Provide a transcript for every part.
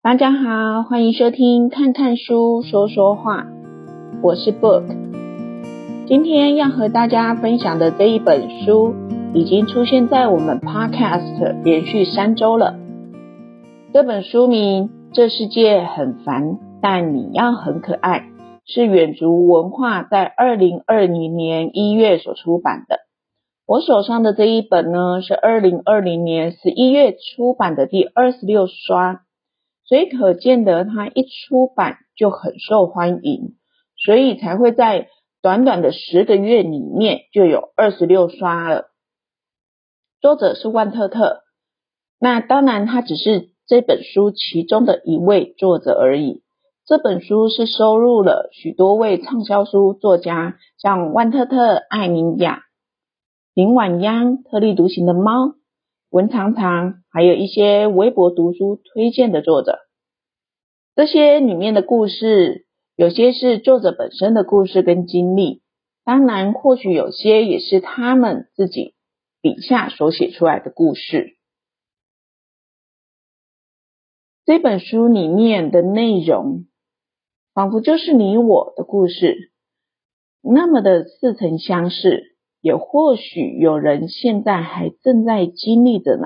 大家好，欢迎收听看看书说说话，我是 Book。 今天要和大家分享的这一本书已经出现在我们 Podcast 连续3周了。这本书名这世界很烦，但你要很可爱，是远足文化在2020年1月所出版的。我手上的这一本呢，是2020年11月出版的第26刷，所以可见得它一出版就很受欢迎，所以才会在短短的10个月里面就有26刷了。作者是万特特，那当然他只是这本书其中的一位作者而已。这本书是收录了许多位畅销书作家，像万特特、艾明雅、林婉央、特立独行的猫、文常常，还有一些微博读书推荐的作者。这些里面的故事，有些是作者本身的故事跟经历，当然或许有些也是他们自己笔下所写出来的故事。这本书里面的内容仿佛就是你我的故事，那么的似曾相识，也或许有人现在还正在经历着呢。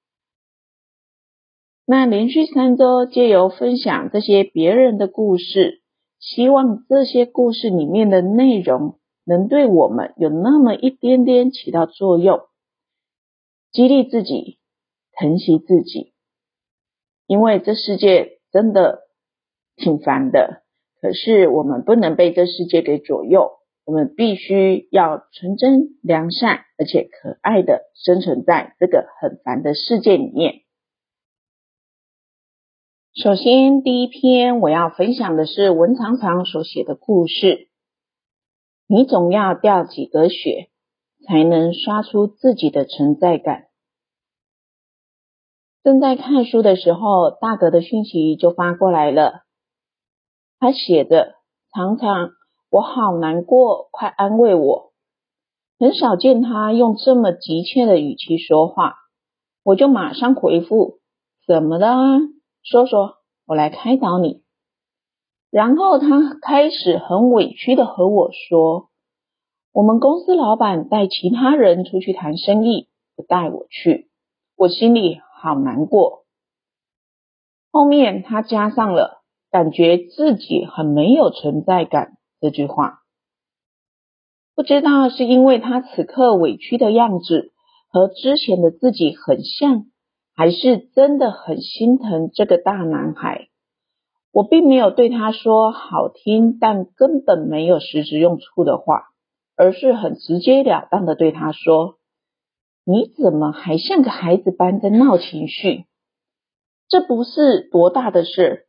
那连续3周借由分享这些别人的故事，希望这些故事里面的内容能对我们有那么一点点起到作用，激励自己，疼惜自己。因为这世界真的挺烦的，可是我们不能被这世界给左右，我们必须要纯真、良善而且可爱的生存在这个很烦的世界里面。首先第一篇我要分享的是文常常所写的故事。你总要掉几格血，才能刷出自己的存在感。正在看书的时候，大格的讯息就发过来了。他写着，常常我好难过，快安慰我。很少见他用这么急切的语气说话，我就马上回复，怎么了啊？说说，我来开导你。然后他开始很委屈的和我说，我们公司老板带其他人出去谈生意，不带我去，我心里好难过。后面他加上了感觉自己很没有存在感这句话。不知道是因为他此刻委屈的样子和之前的自己很像，还是真的很心疼这个大男孩。我并没有对他说好听但根本没有实质用处的话，而是很直截了当的对他说，你怎么还像个孩子般在闹情绪？这不是多大的事，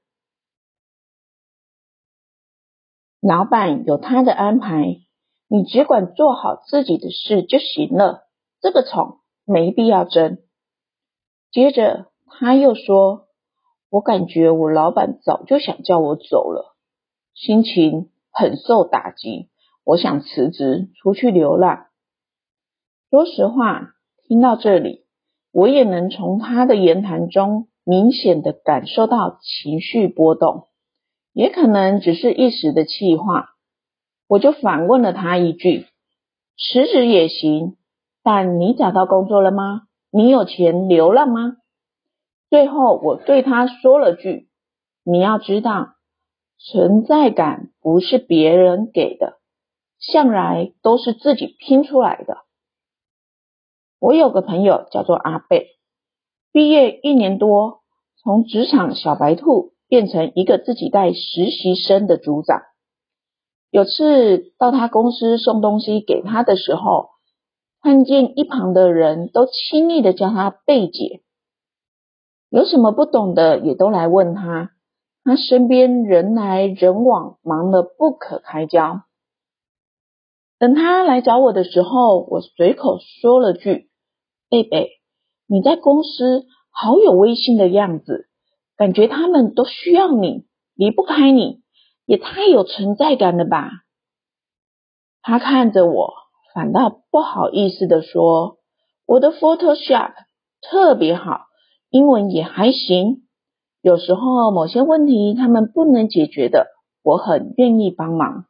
老板有他的安排，你只管做好自己的事就行了，这个宠没必要争。接着他又说，我感觉我老板早就想叫我走了，心情很受打击，我想辞职出去流浪。说实话，听到这里，我也能从他的言谈中明显的感受到情绪波动，也可能只是一时的气话。我就反问了他一句，辞职也行，但你找到工作了吗？你有钱流浪吗？最后我对他说了句，你要知道，存在感不是别人给的，向来都是自己拼出来的。我有个朋友叫做阿贝，毕业1年多，从职场小白兔变成一个自己带实习生的组长。有次到他公司送东西给他的时候，看见一旁的人都亲昵的叫他贝姐，有什么不懂的也都来问他，他身边人来人往，忙得不可开交。等他来找我的时候，我随口说了句，贝贝，你在公司好有威信的样子，感觉他们都需要你，离不开你，也太有存在感了吧。他看着我，反倒不好意思地说，我的 Photoshop 特别好，英文也还行， 有时候某些问题他们不能解决的，我很愿意帮忙。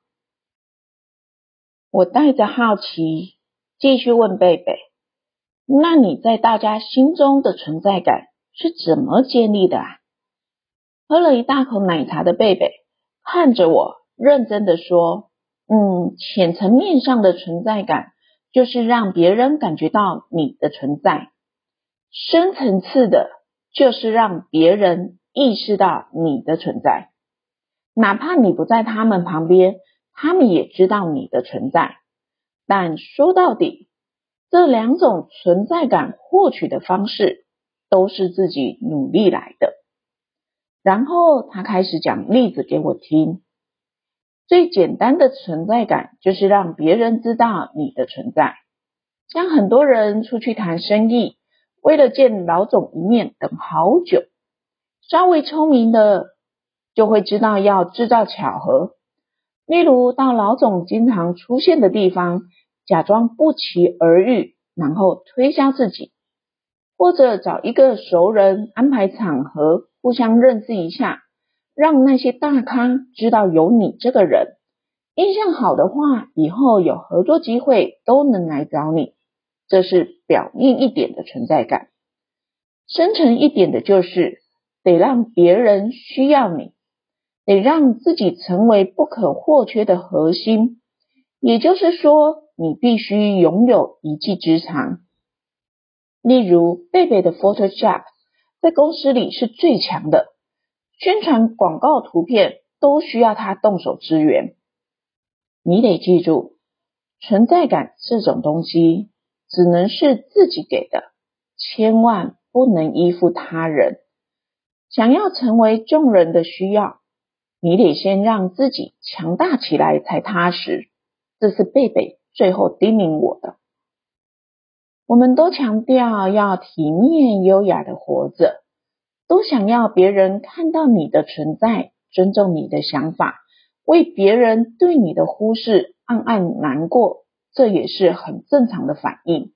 我带着好奇继续问贝贝，那你在大家心中的存在感是怎么建立的啊？喝了一大口奶茶的贝贝看着我认真的说，浅层面上的存在感就是让别人感觉到你的存在，深层次的就是让别人意识到你的存在，哪怕你不在他们旁边，他们也知道你的存在。但说到底，这两种存在感获取的方式都是自己努力来的。然后他开始讲例子给我听。最简单的存在感就是让别人知道你的存在。像很多人出去谈生意，为了见老总一面等好久，稍微聪明的就会知道要制造巧合，例如到老总经常出现的地方，假装不期而遇，然后推销自己，或者找一个熟人安排场合，互相认识一下，让那些大咖知道有你这个人，印象好的话，以后有合作机会都能来找你。这是表面一点的存在感。深层一点的就是得让别人需要你，得让自己成为不可或缺的核心，也就是说你必须拥有一技之长。例如贝贝的 Photoshop 在公司里是最强的，宣传广告图片都需要他动手支援。你得记住，存在感这种东西只能是自己给的，千万不能依附他人。想要成为众人的需要，你得先让自己强大起来才踏实。这是贝贝最后叮咛我的。我们都强调要体面优雅的活着，都想要别人看到你的存在，尊重你的想法，为别人对你的忽视暗暗难过，这也是很正常的反应。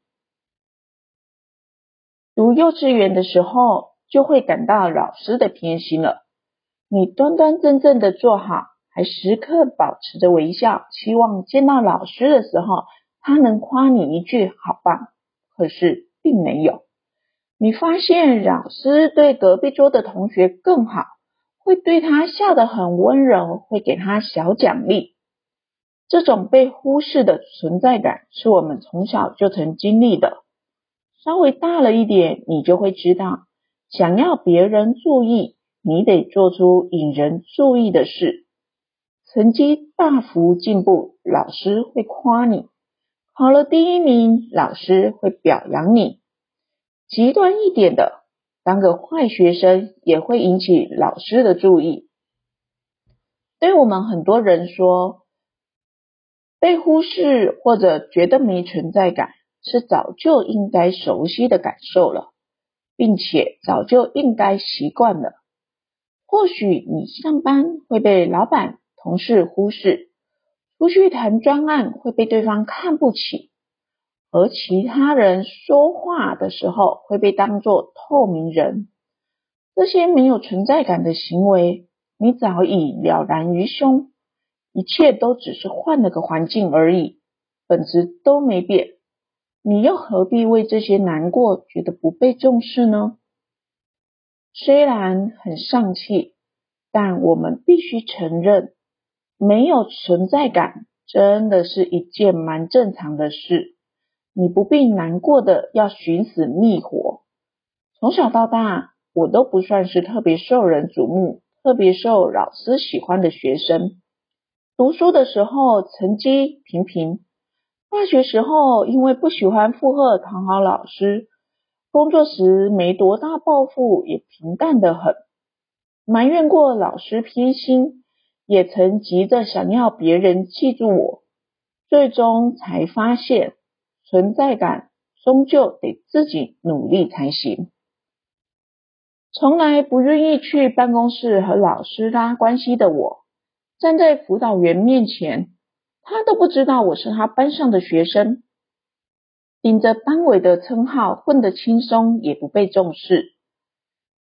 读幼稚园的时候，就会感到老师的偏心了。你端端正正的做好，还时刻保持着微笑，希望见到老师的时候，他能夸你一句好棒。可是并没有。你发现老师对隔壁桌的同学更好，会对他笑得很温柔，会给他小奖励。这种被忽视的存在感是我们从小就曾经历的。稍微大了一点，你就会知道，想要别人注意，你得做出引人注意的事。成绩大幅进步，老师会夸你；考了第1名，老师会表扬你。极端一点的，当个坏学生也会引起老师的注意。对我们很多人说，被忽视或者觉得没存在感，是早就应该熟悉的感受了，并且早就应该习惯了。或许你上班会被老板、同事忽视，出去谈专案会被对方看不起，和其他人说话的时候会被当作透明人。这些没有存在感的行为，你早已了然于胸，一切都只是换了个环境而已，本质都没变。你又何必为这些难过，觉得不被重视呢？虽然很丧气，但我们必须承认，没有存在感真的是一件蛮正常的事。你不必难过的要寻死觅活。从小到大，我都不算是特别受人瞩目、特别受老师喜欢的学生。读书的时候成绩平平，大学时候因为不喜欢附和讨好老师，工作时没多大抱负，也平淡得很。埋怨过老师偏心，也曾急着想要别人记住我，最终才发现存在感终究得自己努力才行。从来不愿意去办公室和老师拉关系的我，站在辅导员面前，他都不知道我是他班上的学生，顶着班委的称号混得轻松，也不被重视。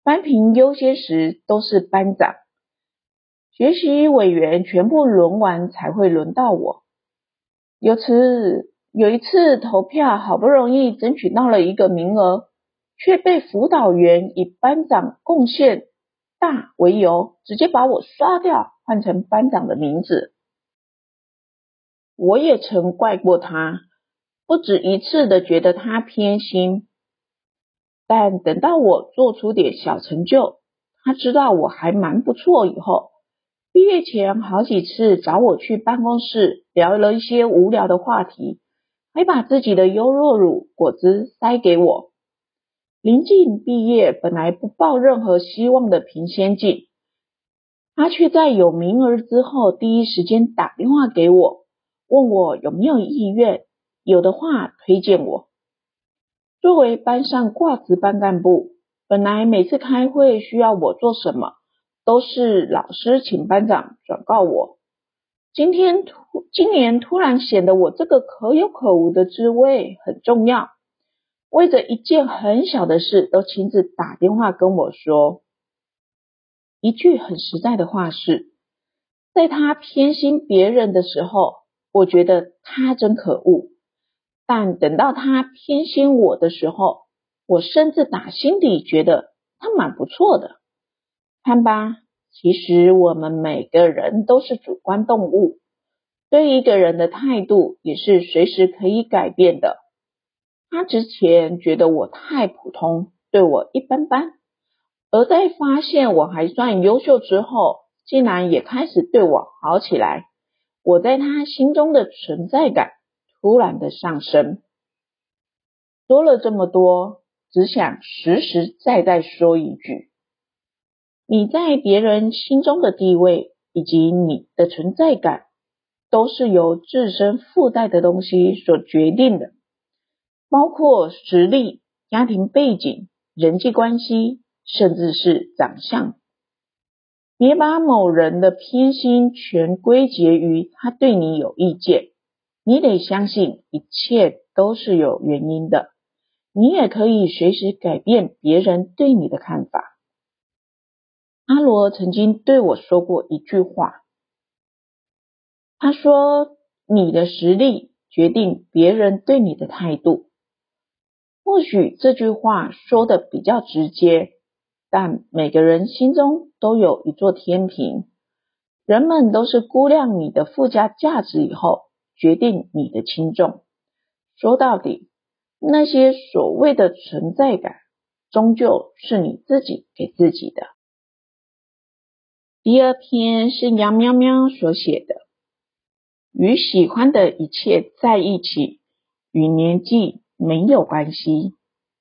班评优先时都是班长，学习委员全部轮完才会轮到我。有一次投票好不容易争取到了一个名额，却被辅导员以班长贡献大为由，直接把我刷掉，换成班长的名字。我也曾怪过他，不止一次的觉得他偏心，但等到我做出点小成就，他知道我还蛮不错以后，毕业前好几次找我去办公室聊了一些无聊的话题，还把自己的优酪乳果汁塞给我。临近毕业，本来不抱任何希望的平先进，他却在有名额之后第一时间打电话给我，问我有没有意愿，有的话推荐我。作为班上挂职班干部，本来每次开会需要我做什么，都是老师请班长转告我。今年突然显得我这个可有可无的职位很重要，为着一件很小的事都亲自打电话跟我说。一句很实在的话是，在他偏心别人的时候，我觉得他真可恶，但等到他偏心我的时候，我甚至打心底觉得他蛮不错的。看吧，其实我们每个人都是主观动物，对一个人的态度也是随时可以改变的。他之前觉得我太普通，对我一般般，而在发现我还算优秀之后，竟然也开始对我好起来。我在他心中的存在感突然的上升。说了这么多，只想实实在在说一句，你在别人心中的地位以及你的存在感，都是由自身附带的东西所决定的，包括实力、家庭背景、人际关系，甚至是长相。别把某人的偏心全归结于他对你有意见，你得相信一切都是有原因的，你也可以随时改变别人对你的看法。阿罗曾经对我说过一句话，他说，你的实力决定别人对你的态度。或许这句话说的比较直接，但每个人心中都有一座天平，人们都是估量你的附加价值以后，决定你的轻重。说到底，那些所谓的存在感，终究是你自己给自己的。第二篇是杨喵喵所写的，与喜欢的一切在一起，与年纪没有关系。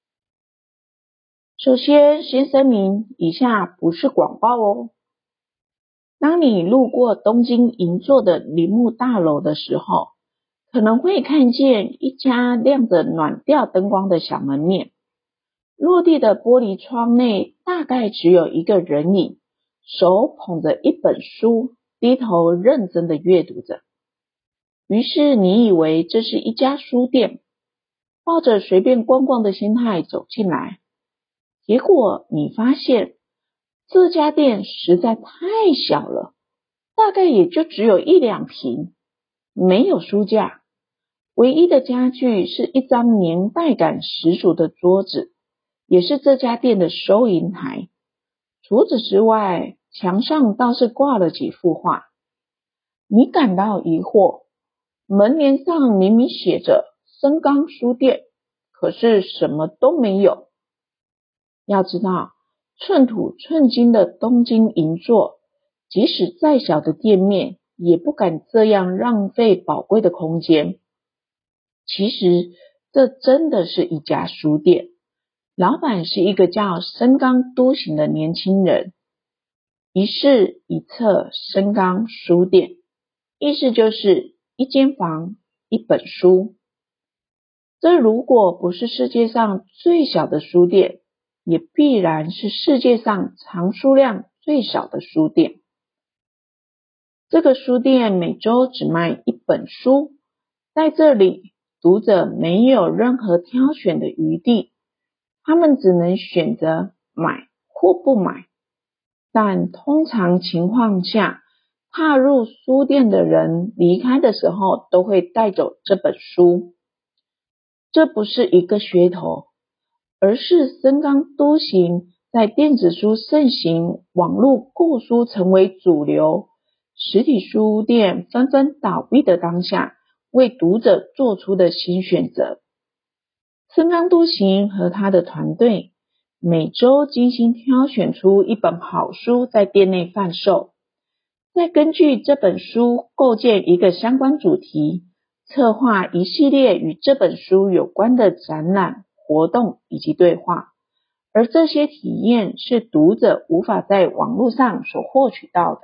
首先声明，以下不是广告哦。当你路过东京银座的铃木大楼的时候，可能会看见一家亮着暖调灯光的小门面，落地的玻璃窗内大概只有一个人影，手捧着一本书，低头认真的阅读着。于是你以为这是一家书店，抱着随便逛逛的心态走进来，结果你发现这家店实在太小了，大概也就只有1-2坪，没有书架，唯一的家具是一张年代感十足的桌子，也是这家店的收银台。除此之外，墙上倒是挂了几幅画。你感到疑惑，门帘上明明写着深冈书店，可是什么都没有。要知道，寸土寸金的东京银座，即使再小的店面，也不敢这样浪费宝贵的空间。其实，这真的是一家书店，老板是一个叫深冈都行的年轻人。一室一册深冈书店，意思就是一间房一本书。这如果不是世界上最小的书店，也必然是世界上藏书量最少的书店。这个书店每周只卖一本书，在这里，读者没有任何挑选的余地，他们只能选择买或不买，但通常情况下，踏入书店的人离开的时候都会带走这本书。这不是一个噱头，而是森冈都行在电子书盛行、网络购书成为主流、实体书店纷纷倒闭的当下，为读者做出的新选择。森冈都行和他的团队每周精心挑选出一本好书在店内贩售，再根据这本书构建一个相关主题，策划一系列与这本书有关的展览、活动以及对话，而这些体验是读者无法在网络上所获取到的。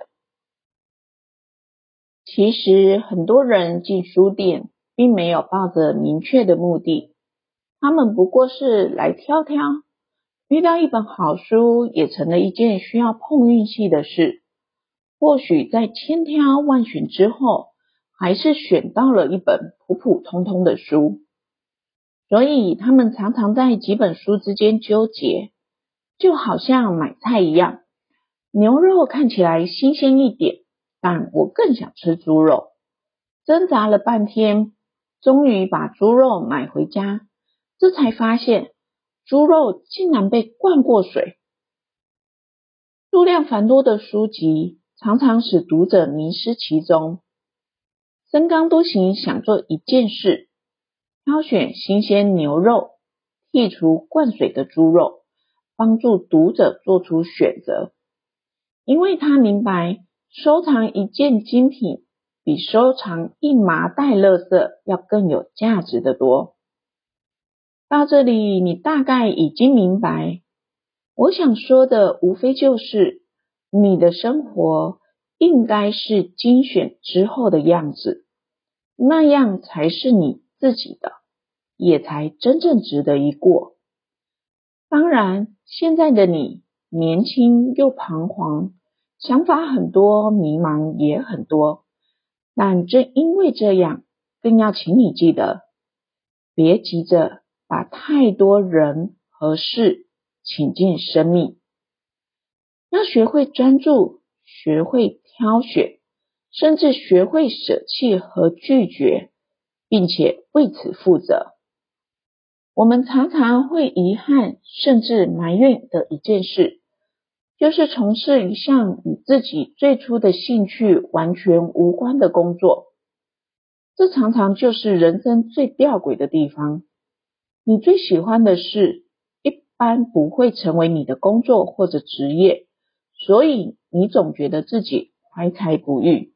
其实很多人进书店并没有抱着明确的目的，他们不过是来挑挑，遇到一本好书也成了一件需要碰运气的事。或许在千挑万选之后，还是选到了一本普普通通的书，所以他们常常在几本书之间纠结，就好像买菜一样，牛肉看起来新鲜一点，但我更想吃猪肉。挣扎了半天，终于把猪肉买回家，这才发现猪肉竟然被灌过水。数量繁多的书籍常常使读者迷失其中。森冈都行想做一件事，挑选新鲜牛肉，剔除灌水的猪肉，帮助读者做出选择。因为他明白，收藏一件精品比收藏一麻袋垃圾要更有价值得多。到这里，你大概已经明白，我想说的无非就是，你的生活应该是精选之后的样子，那样才是你自己的，也才真正值得一过。当然，现在的你年轻又彷徨，想法很多，迷茫也很多，但正因为这样，更要请你记得，别急着把太多人和事请进生命，要学会专注，学会挑选，甚至学会舍弃和拒绝，并且为此负责。我们常常会遗憾甚至埋怨的一件事，就是从事一项与自己最初的兴趣完全无关的工作。这常常就是人生最吊诡的地方。你最喜欢的事一般不会成为你的工作或者职业，所以你总觉得自己怀才不遇。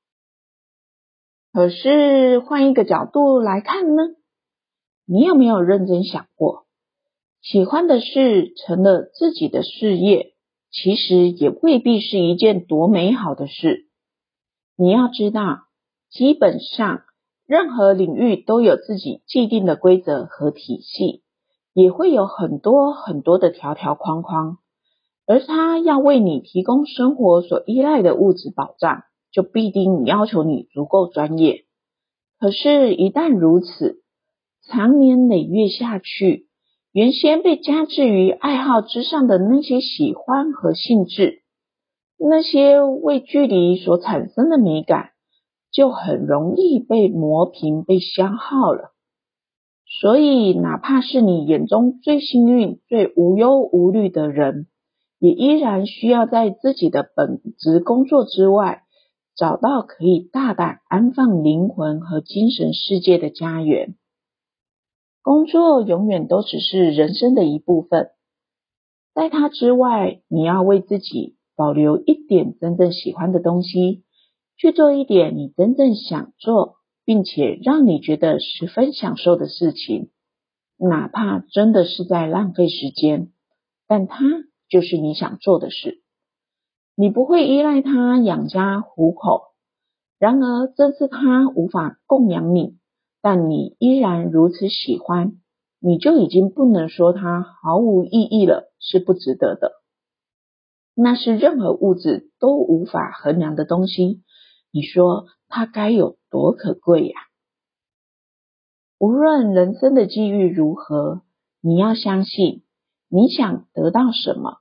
可是换一个角度来看呢？你有没有认真想过，喜欢的事成了自己的事业，其实也未必是一件多美好的事。你要知道，基本上任何领域都有自己既定的规则和体系，也会有很多很多的条条框框，而它要为你提供生活所依赖的物质保障，就必定要求你足够专业。可是，一旦如此，长年累月下去，原先被加之于爱好之上的那些喜欢和兴致，那些为距离所产生的美感，就很容易被磨平、被消耗了。所以，哪怕是你眼中最幸运、最无忧无虑的人，也依然需要在自己的本职工作之外，找到可以大胆安放灵魂和精神世界的家园。工作永远都只是人生的一部分，在它之外，你要为自己保留一点真正喜欢的东西，去做一点你真正想做，并且让你觉得十分享受的事情，哪怕真的是在浪费时间，但它就是你想做的事。你不会依赖它养家糊口，然而正是它无法供养你，但你依然如此喜欢，你就已经不能说它毫无意义了，是不值得的。那是任何物质都无法衡量的东西，你说它该有多可贵呀？无论人生的际遇如何，你要相信，你想得到什么，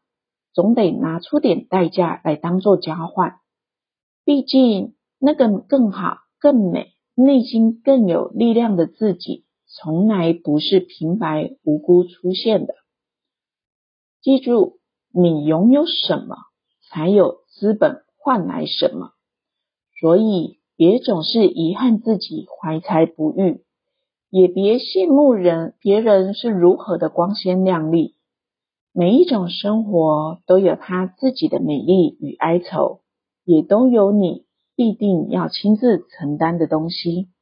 总得拿出点代价来当做交换。毕竟那个更好、更美、内心更有力量的自己，从来不是平白无故出现的。记住，你拥有什么，才有资本换来什么。所以别总是遗憾自己怀才不遇，也别羡慕别人是如何的光鲜亮丽。每一种生活都有它自己的美丽与哀愁，也都有你必定要亲自承担的东西。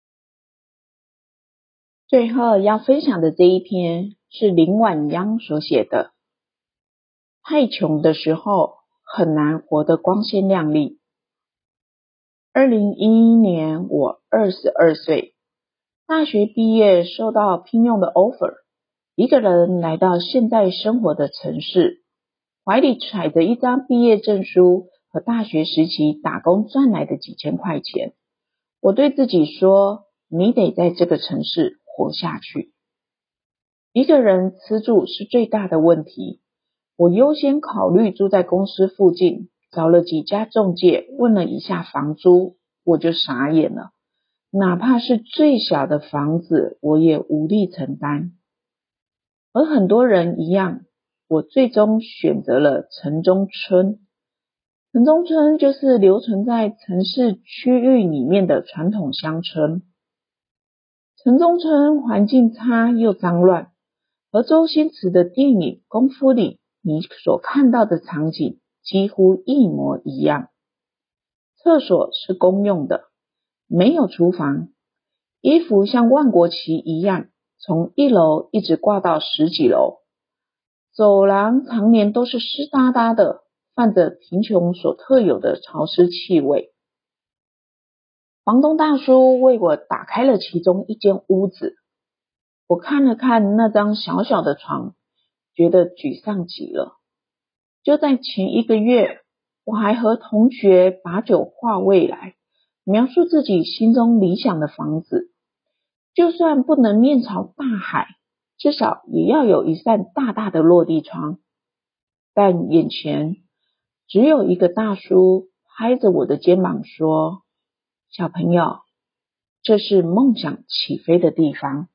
最后要分享的这一篇是林婉央所写的，太穷的时候很难活得光鲜亮丽。2011年我22岁，大学毕业收到聘用的 offer， 一个人来到现在生活的城市，怀里揣着一张毕业证书和大学时期打工赚来的几千块钱。我对自己说，你得在这个城市活下去。一个人吃住是最大的问题，我优先考虑住在公司附近，找了几家中介，问了一下房租，我就傻眼了。哪怕是最小的房子，我也无力承担。和很多人一样，我最终选择了城中村。城中村就是留存在城市区域里面的传统乡村。城中村环境差又脏乱，和周星驰的电影《功夫》里你所看到的场景几乎一模一样。厕所是公用的，没有厨房，衣服像万国旗一样从1楼一直挂到10几楼，走廊常年都是湿哒哒的，泛着贫穷所特有的潮湿气味。房东大叔为我打开了其中一间屋子，我看了看那张小小的床，觉得沮丧极了。就在前1个月，我还和同学把酒话未来，描述自己心中理想的房子，就算不能面朝大海，至少也要有一扇大大的落地窗。但眼前只有一个大叔拍着我的肩膀说，小朋友，这是梦想起飞的地方。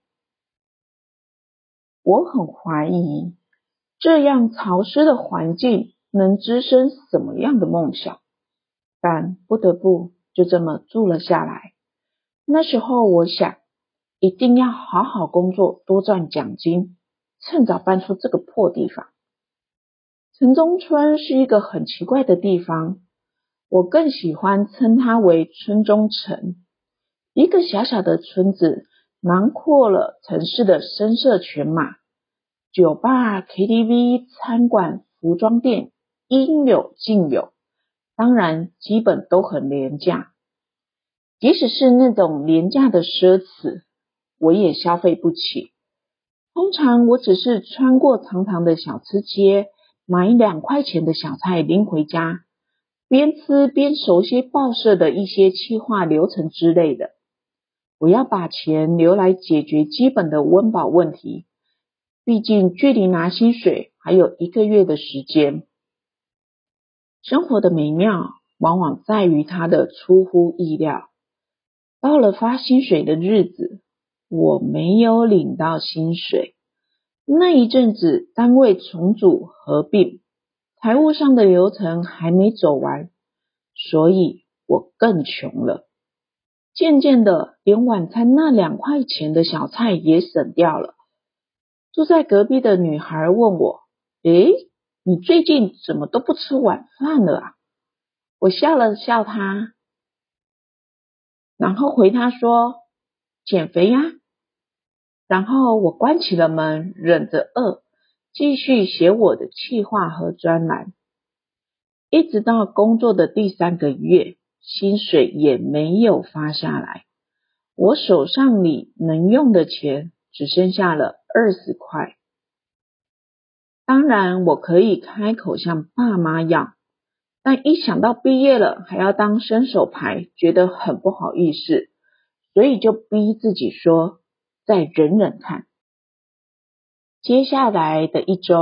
我很怀疑，这样潮湿的环境能滋生什么样的梦想，但不得不就这么住了下来。那时候我想，一定要好好工作，多赚奖金，趁早搬出这个破地方。城中村是一个很奇怪的地方，我更喜欢称它为村中城。一个小小的村子，囊括了城市的声色犬马，酒吧、KTV、餐馆、服装店，应有尽有，当然基本都很廉价。即使是那种廉价的奢侈，我也消费不起。通常我只是穿过长长的小吃街，买2块钱的小菜拎回家，边吃边熟悉报社的一些企划流程之类的。我要把钱留来解决基本的温饱问题，毕竟距离拿薪水还有1个月的时间。生活的美妙往往在于它的出乎意料。到了发薪水的日子，我没有领到薪水。那一阵子单位重组合并，财务上的流程还没走完，所以我更穷了。渐渐的，连晚餐那2块钱的小菜也省掉了。住在隔壁的女孩问我，你最近怎么都不吃晚饭了啊？我笑了笑她，然后回她说，减肥呀。然后我关起了门，忍着饿，继续写我的企划和专栏。一直到工作的第3个月，薪水也没有发下来。我手上里能用的钱只剩下了20块。当然我可以开口向爸妈要，但一想到毕业了还要当伸手牌，觉得很不好意思，所以就逼自己说，再忍忍看。接下来的1周，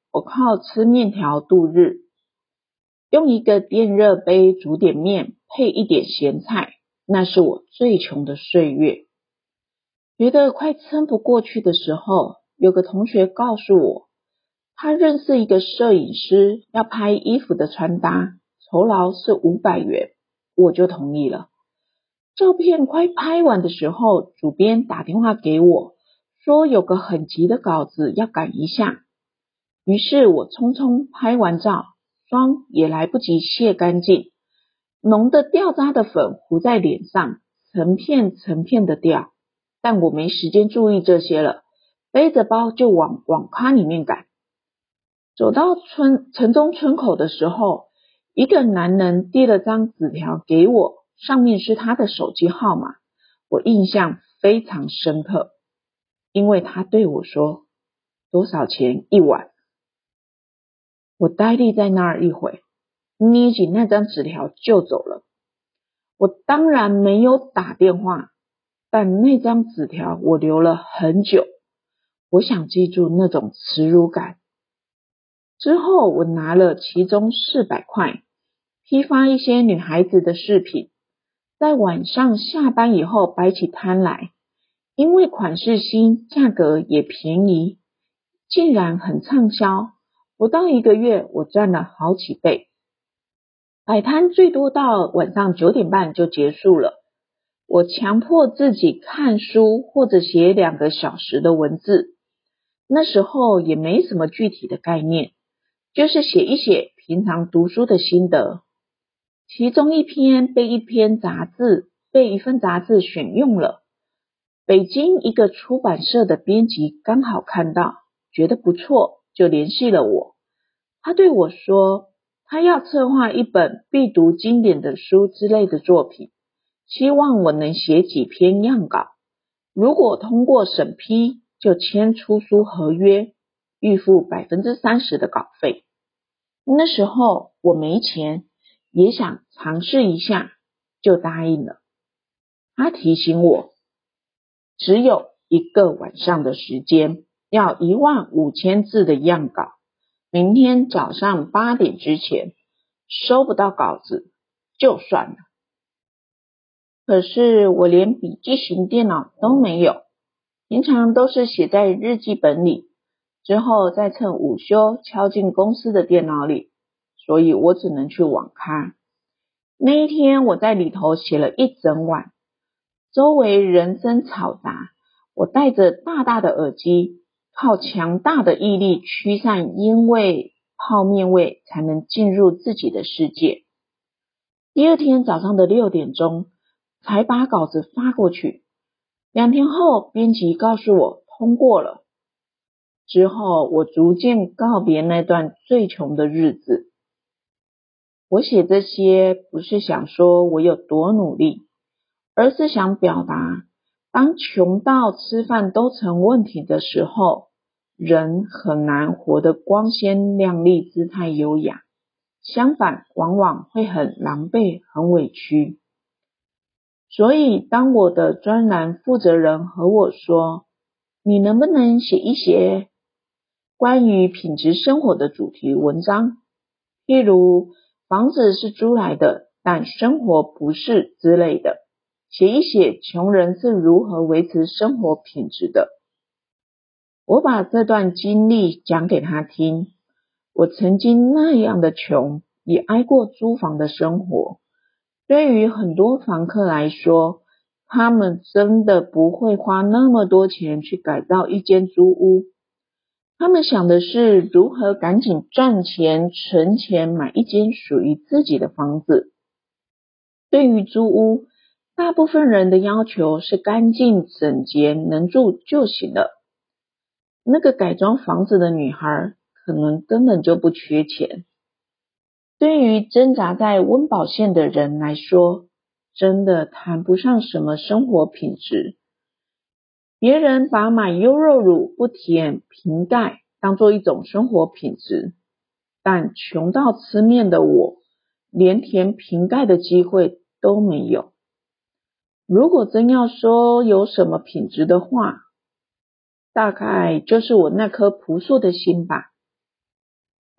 我靠吃面条度日，用一个电热杯煮点面，配一点咸菜，那是我最穷的岁月。觉得快撑不过去的时候，有个同学告诉我，他认识一个摄影师，要拍衣服的穿搭，酬劳是500元，我就同意了。照片快拍完的时候，主编打电话给我，说有个很急的稿子要赶一下。于是我匆匆拍完照，妆也来不及卸干净，浓的掉渣的粉糊在脸上，成片成片的掉。但我没时间注意这些了，背着包就往网咖里面赶。走到城中村口的时候，一个男人递了张纸条给我，上面是他的手机号码，我印象非常深刻，因为他对我说多少钱一晚。我呆立在那儿一会，捏紧那张纸条就走了。我当然没有打电话，但那张纸条我留了很久，我想记住那种耻辱感。之后我拿了其中400块，批发一些女孩子的饰品，在晚上下班以后摆起摊来，因为款式新，价格也便宜，竟然很畅销。不到1个月，我赚了好几倍。摆摊最多到晚上9点半就结束了。我强迫自己看书或者写2个小时的文字，那时候也没什么具体的概念，就是写一写平常读书的心得。其中一篇被一份杂志选用了，北京一个出版社的编辑刚好看到，觉得不错，就联系了我。他对我说，他要策划一本必读经典的书之类的作品，希望我能写几篇样稿，如果通过审批，就签出书合约，预付30%的稿费。那时候我没钱，也想尝试一下，就答应了。他提醒我，只有1个晚上的时间，要15000字的样稿，明天早上8点之前收不到稿子就算了。可是我连笔记型电脑都没有，平常都是写在日记本里，之后再趁午休敲进公司的电脑里，所以我只能去网咖。那一天我在里头写了一整晚，周围人声嘈杂，我戴着大大的耳机，靠强大的毅力驱散烟味、泡面味，才能进入自己的世界。第二天早上的6点钟才把稿子发过去，2天后编辑告诉我通过了。之后我逐渐告别那段最穷的日子。我写这些不是想说我有多努力，而是想表达，当穷到吃饭都成问题的时候，人很难活得光鲜亮丽、姿态优雅，相反，往往会很狼狈、很委屈。所以当我的专栏负责人和我说，你能不能写一些关于品质生活的主题文章，譬如房子是租来的，但生活不是之类的，写一写穷人是如何维持生活品质的。我把这段经历讲给他听，我曾经那样的穷，也挨过租房的生活。对于很多房客来说，他们真的不会花那么多钱去改造一间租屋，他们想的是如何赶紧赚钱、存钱买一间属于自己的房子。对于租屋，大部分人的要求是干净整洁，能住就行了。那个改装房子的女孩可能根本就不缺钱。对于挣扎在温饱线的人来说，真的谈不上什么生活品质。别人把买优酪乳不舔瓶盖当作一种生活品质，但穷到吃面的我，连舔瓶盖的机会都没有。如果真要说有什么品质的话，大概就是我那颗朴素的心吧。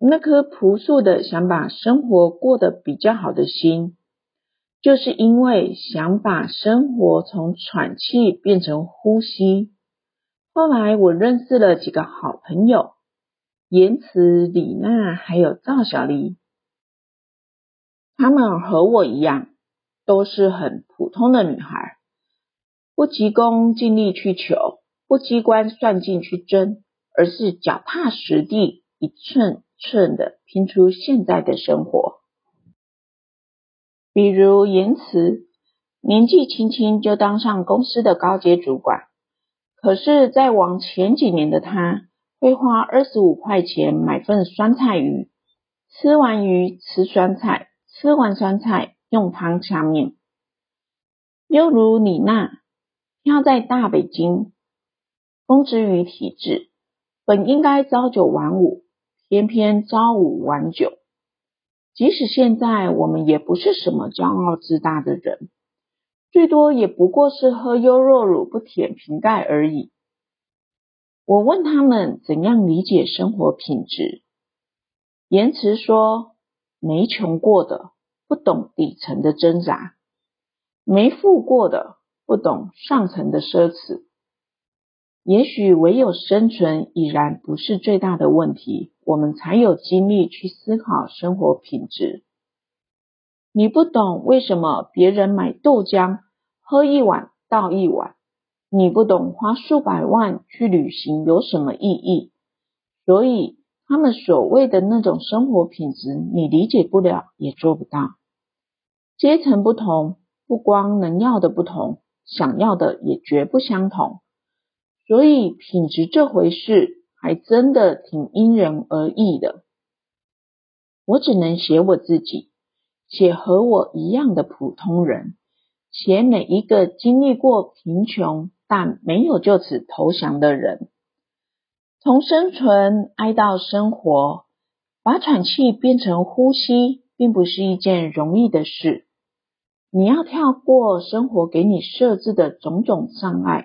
那颗朴素的想把生活过得比较好的心，就是因为想把生活从喘气变成呼吸。后来我认识了几个好朋友，言辞、李娜还有赵小黎，她们和我一样，都是很普通的女孩，不急功近利去求，不机关算尽去争，而是脚踏实地，一寸寸的拼出现在的生活。比如言辞，年纪轻轻就当上公司的高阶主管，可是再往前几年的他，会花25块钱买份酸菜鱼，吃完鱼吃酸菜，吃完酸菜用汤下面。又如李娜，飘在大北京，公职于体制，本应该朝九晚五，偏偏朝五晚九。即使现在我们也不是什么骄傲自大的人，最多也不过是喝优酪乳不舔瓶盖而已。我问他们怎样理解生活品质，言辞说，没穷过的不懂底层的挣扎，没富过的不懂上层的奢侈。也许唯有生存已然不是最大的问题，我们才有精力去思考生活品质。你不懂为什么别人买豆浆喝一碗倒一碗，你不懂花数百万去旅行有什么意义，所以他们所谓的那种生活品质你理解不了也做不到。阶层不同，不光能要的不同，想要的也绝不相同。所以品质这回事还真的挺因人而异的。我只能写我自己，写和我一样的普通人，写每一个经历过贫穷但没有就此投降的人。从生存哀到生活，把喘气变成呼吸，并不是一件容易的事。你要跳过生活给你设置的种种障碍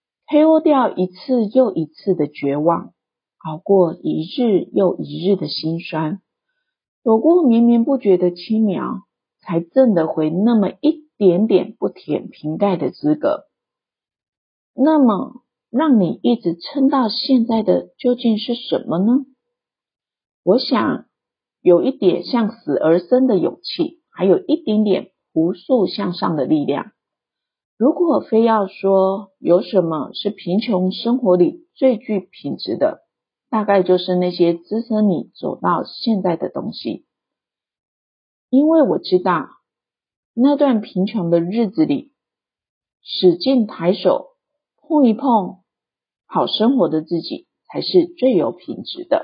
，KO 掉一次又一次的绝望，熬过一日又一日的辛酸，躲过绵绵不绝的轻描，才挣得回那么一点点不舔瓶盖的资格。那么让你一直撑到现在的究竟是什么呢？我想有一点向死而生的勇气，还有一点点朴素向上的力量。如果非要说有什么是贫穷生活里最具品质的，大概就是那些支撑你走到现在的东西。因为我知道，那段贫穷的日子里，使劲抬手碰一碰好生活的自己，才是最有品质的。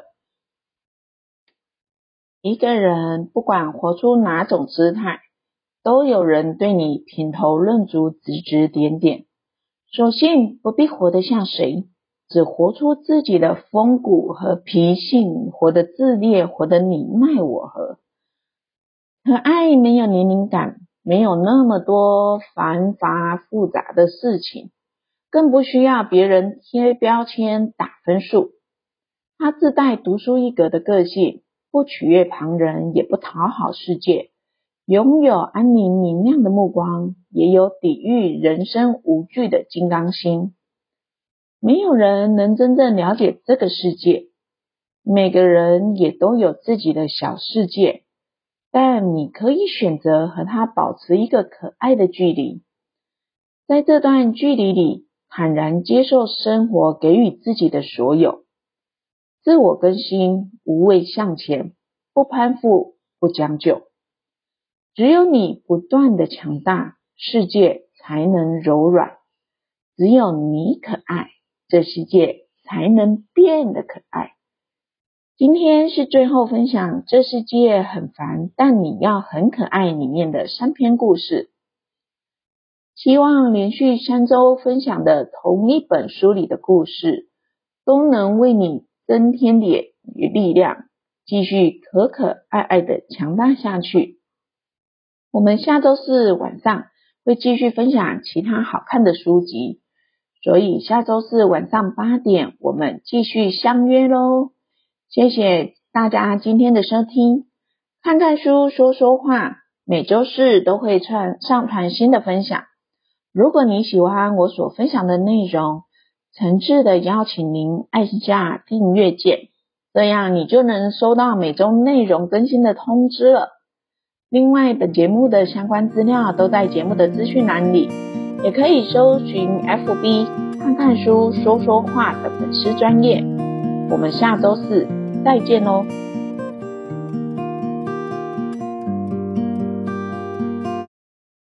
一个人不管活出哪种姿态，都有人对你品头论足，指指点点。所幸不必活得像谁，只活出自己的风骨和脾性，活得自烈，活得你奈我何。可爱没有年龄感，没有那么多繁杂复杂的事情，更不需要别人贴标签打分数。他自带独树一格的个性，不取悦旁人，也不讨好世界，拥有安宁明亮的目光，也有抵御人生无惧的金刚心。没有人能真正了解这个世界，每个人也都有自己的小世界，但你可以选择和他保持一个可爱的距离。在这段距离里，坦然接受生活给予自己的所有，自我更新，无畏向前，不攀附，不将就。只有你不断的强大，世界才能柔软。只有你可爱，这世界才能变得可爱。今天是最后分享这世界很烦，但你要很可爱里面的3篇故事。希望连续3周分享的同一本书里的故事，都能为你增添点力量，继续可可爱爱的强大下去。我们下周四晚上会继续分享其他好看的书籍，所以下周四晚上8点我们继续相约咯。谢谢大家今天的收听，看看书说说话，每周四都会上传新的分享。如果你喜欢我所分享的内容，诚挚的邀请您按下订阅键，这样你就能收到每周内容更新的通知了。另外，本节目的相关资料都在节目的资讯栏里，也可以搜寻 FB 看看书说说话的粉丝专页。我们下周四再见咯。